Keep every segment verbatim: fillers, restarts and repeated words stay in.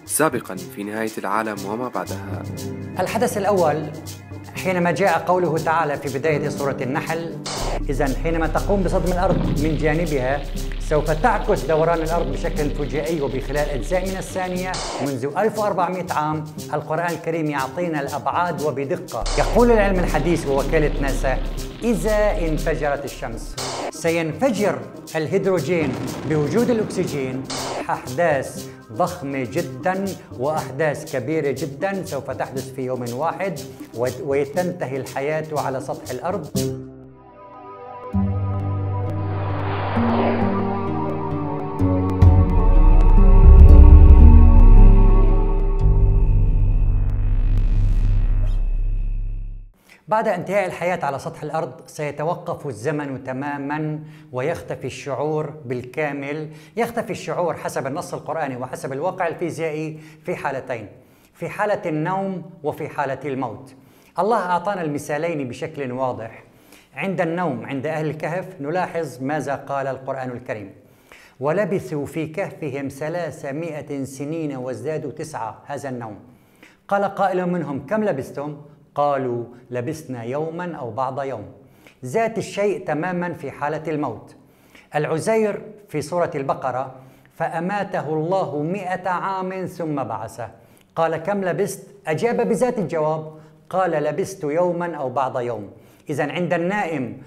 سابقا في نهاية العالم وما بعدها. الحدث الأول حينما جاء قوله تعالى في بداية سورة النحل: إذن حينما تقوم بصدم الأرض من جانبها سوف تعكس دوران الأرض بشكل فجائي وبخلال أجزاء من الثانية منذ ألف وأربعمئة عام. القرآن الكريم يعطينا الأبعاد وبدقة. يقول العلم الحديث ووكالة ناسا: إذا انفجرت الشمس سينفجر الهيدروجين بوجود الأكسجين. أحداث ضخمة جدا وأحداث كبيرة جدا سوف تحدث في يوم واحد وتنتهي الحياة على سطح الأرض. بعد انتهاء الحياة على سطح الأرض سيتوقف الزمن تماماً ويختفي الشعور بالكامل. يختفي الشعور حسب النص القرآني وحسب الواقع الفيزيائي في حالتين: في حالة النوم وفي حالة الموت. الله أعطانا المثالين بشكل واضح. عند النوم عند أهل الكهف نلاحظ ماذا قال القرآن الكريم: ولبثوا في كهفهم ثلاثمائة سنين وازدادوا تسعة. هذا النوم. قال قائل منهم: كم لبثتم؟ قالوا: لبثنا يوما أو بعض يوم. ذات الشيء تماما في حالة الموت. العزير في سورة البقرة: فأماته الله مئة عام ثم بعثه. قال: كم لبثت؟ أجاب بذات الجواب، قال: لبثت يوما أو بعض يوم. إذن عند النائم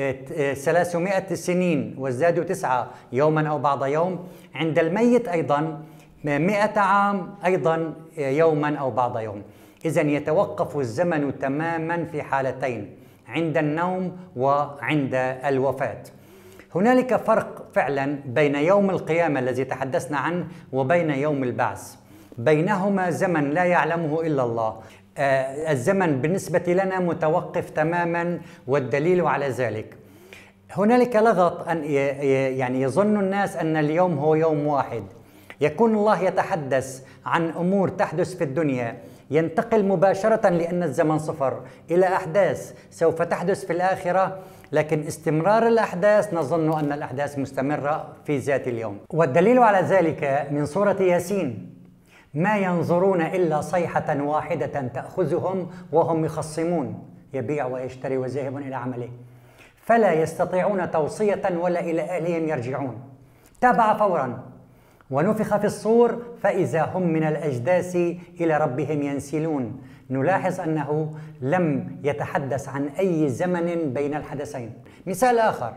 ثلاثمائة سنين وازدادوا تسعة يوما أو بعض يوم. عند الميت أيضا مئة عام أيضا يوما أو بعض يوم. إذن يتوقف الزمن تماما في حالتين: عند النوم وعند الوفاة. هنالك فرق فعلا بين يوم القيامة الذي تحدثنا عنه وبين يوم البعث. بينهما زمن لا يعلمه إلا الله. آه الزمن بالنسبة لنا متوقف تماما، والدليل على ذلك هنالك لغط أن يعني يظن الناس أن اليوم هو يوم واحد. يكون الله يتحدث عن أمور تحدث في الدنيا، ينتقل مباشرة لأن الزمن صفر إلى أحداث سوف تحدث في الآخرة، لكن استمرار الأحداث نظن أن الأحداث مستمرة في ذات اليوم. والدليل على ذلك من سورة ياسين: ما ينظرون إلا صيحة واحدة تأخذهم وهم يخصمون، يبيع ويشتري وذاهب إلى عمله، فلا يستطيعون توصية ولا إلى أهلهم يرجعون. تابع فورا: ونفخ في الصور فإذا هم من الأجداث إلى ربهم ينسلون. نلاحظ أنه لم يتحدث عن أي زمن بين الحدثين. مثال آخر: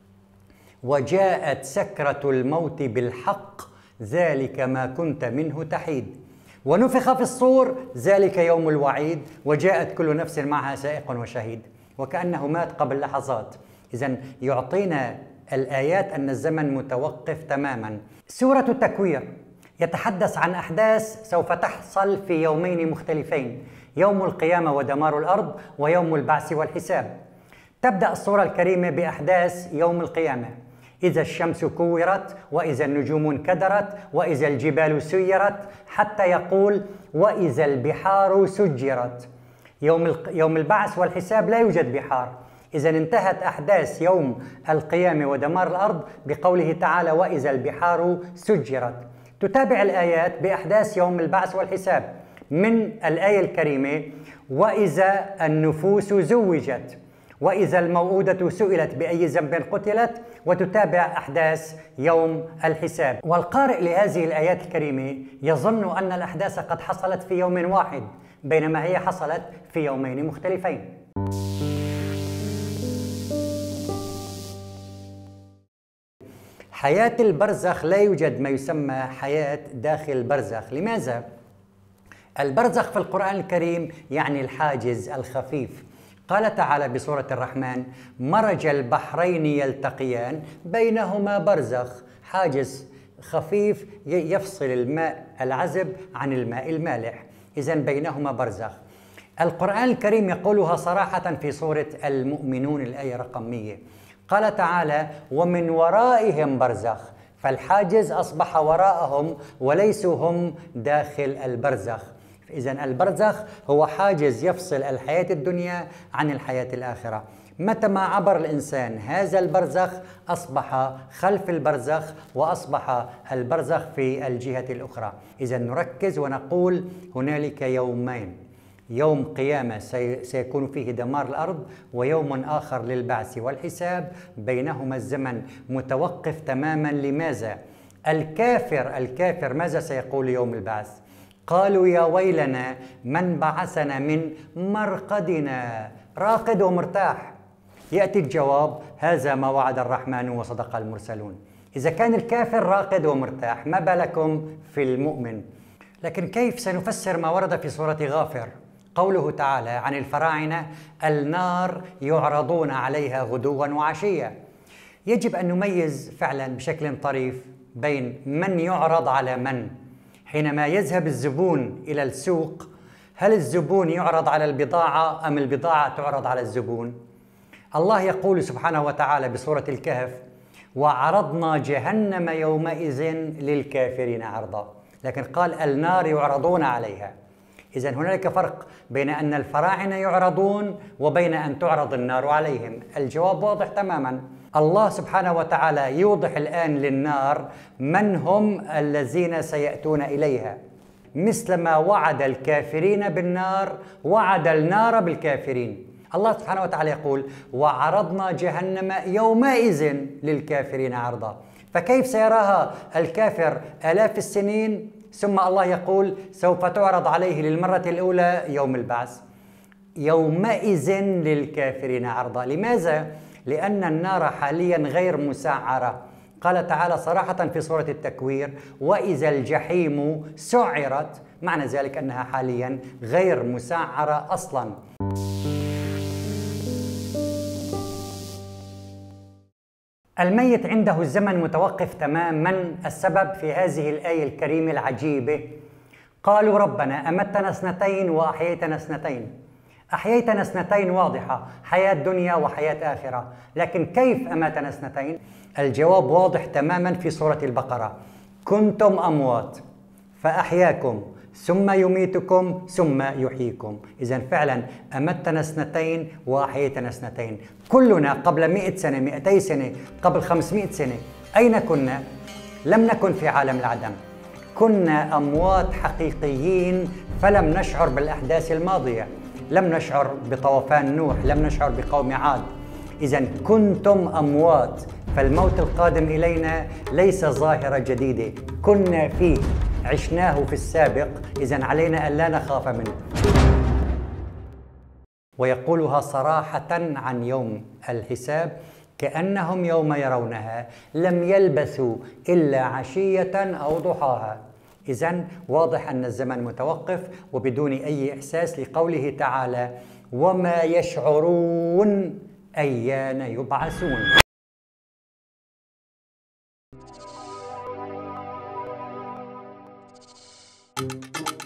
وجاءت سكرة الموت بالحق ذلك ما كنت منه تحيد. ونفخ في الصور ذلك يوم الوعيد وجاءت كل نفس معها سائق وشهيد. وكأنه مات قبل لحظات. إذن يعطينا الآيات أن الزمن متوقف تماما. سورة التكوير يتحدث عن أحداث سوف تحصل في يومين مختلفين: يوم القيامة ودمار الأرض، ويوم البعث والحساب. تبدأ السورة الكريمة بأحداث يوم القيامة: إذا الشمس كورت، وإذا النجوم انكدرت، وإذا الجبال سيرت، حتى يقول: وإذا البحار سجرت. يوم يوم البعث والحساب لا يوجد بحار. إذا انتهت أحداث يوم القيامة ودمار الأرض بقوله تعالى: وإذا البحار سجرت. تتابع الآيات بأحداث يوم البعث والحساب من الآية الكريمة: وإذا النفوس زوجت، وإذا الموءودة سئلت بأي ذنب قتلت. وتتابع أحداث يوم الحساب. والقارئ لهذه الآيات الكريمة يظن أن الأحداث قد حصلت في يوم واحد، بينما هي حصلت في يومين مختلفين. حياة البرزخ لا يوجد ما يسمى حياة داخل البرزخ. لماذا؟ البرزخ في القرآن الكريم يعني الحاجز الخفيف. قال تعالى بسورة الرحمن: مرج البحرين يلتقيان بينهما برزخ، حاجز خفيف يفصل الماء العذب عن الماء المالح. إذن بينهما برزخ. القرآن الكريم يقولها صراحة في سورة المؤمنون الآية رقم مئة. قال تعالى: ومن ورائهم برزخ. فالحاجز أصبح وراءهم وليسوا هم داخل البرزخ. إذن البرزخ هو حاجز يفصل الحياة الدنيا عن الحياة الآخرة. متى ما عبر الإنسان هذا البرزخ أصبح خلف البرزخ وأصبح البرزخ في الجهة الأخرى. إذا نركز ونقول هنالك يومين، يوم قيامة سيكون فيه دمار الأرض، ويوم آخر للبعث والحساب، بينهما الزمن متوقف تماما. لماذا؟ الكافر الكافر ماذا سيقول يوم البعث؟ قالوا يا ويلنا من بعثنا من مرقدنا، راقد ومرتاح. يأتي الجواب هذا ما وعد الرحمن وصدق المرسلون. إذا كان الكافر راقد ومرتاح ما بالكم في المؤمن؟ لكن كيف سنفسر ما ورد في سورة غافر؟ قوله تعالى عن الفراعنة النار يعرضون عليها غدوا وعشيا. يجب أن نميز فعلا بشكل طريف بين من يعرض على من. حينما يذهب الزبون إلى السوق، هل الزبون يعرض على البضاعة أم البضاعة تعرض على الزبون؟ الله يقول سبحانه وتعالى بسورة الكهف وعرضنا جهنم يومئذ للكافرين عرضا، لكن قال النار يعرضون عليها. إذا هنالك فرق بين أن الفراعنة يعرضون وبين أن تعرض النار عليهم. الجواب واضح تماما. الله سبحانه وتعالى يوضح الآن للنار من هم الذين سيأتون إليها، مثل ما وعد الكافرين بالنار وعد النار بالكافرين. الله سبحانه وتعالى يقول وعرضنا جهنم يومئذ للكافرين عرضا. فكيف سيراها الكافر آلاف السنين ثم الله يقول سوف تعرض عليه للمرة الأولى يوم البعث؟ يومئذ للكافرين عرضا. لماذا؟ لأن النار حاليا غير مسعرة. قال تعالى صراحة في سورة التكوير وإذا الجحيم سعرت، معنى ذلك أنها حاليا غير مسعرة أصلا. الميت عنده الزمن متوقف تماما. السبب في هذه الآية الكريمة العجيبة قالوا ربنا أمتنا اثنتين وأحييتنا اثنتين. أحييتنا اثنتين واضحة، حياة دنيا وحياة آخرة، لكن كيف أماتنا اثنتين؟ الجواب واضح تماما في سورة البقرة كنتم أموات فأحياكم ثم يميتكم ثم يحييكم. إذن فعلا أمتنا اثنتين وأحييتنا اثنتين. كلنا قبل مئة سنة، مئتي سنة، قبل خمسمئة سنة أين كنا؟ لم نكن في عالم العدم، كنا أموات حقيقيين، فلم نشعر بالأحداث الماضية، لم نشعر بطوفان نوح، لم نشعر بقوم عاد. إذن كنتم أموات، فالموت القادم إلينا ليس ظاهرة جديدة، كنا فيه، عشناه في السابق، إذن علينا أن لا نخاف منه. ويقولها صراحة عن يوم الحساب كأنهم يوم يرونها لم يلبثوا إلا عشية أو ضحاها. إذن واضح أن الزمن متوقف وبدون أي إحساس، لقوله تعالى وما يشعرون أيان يبعثون.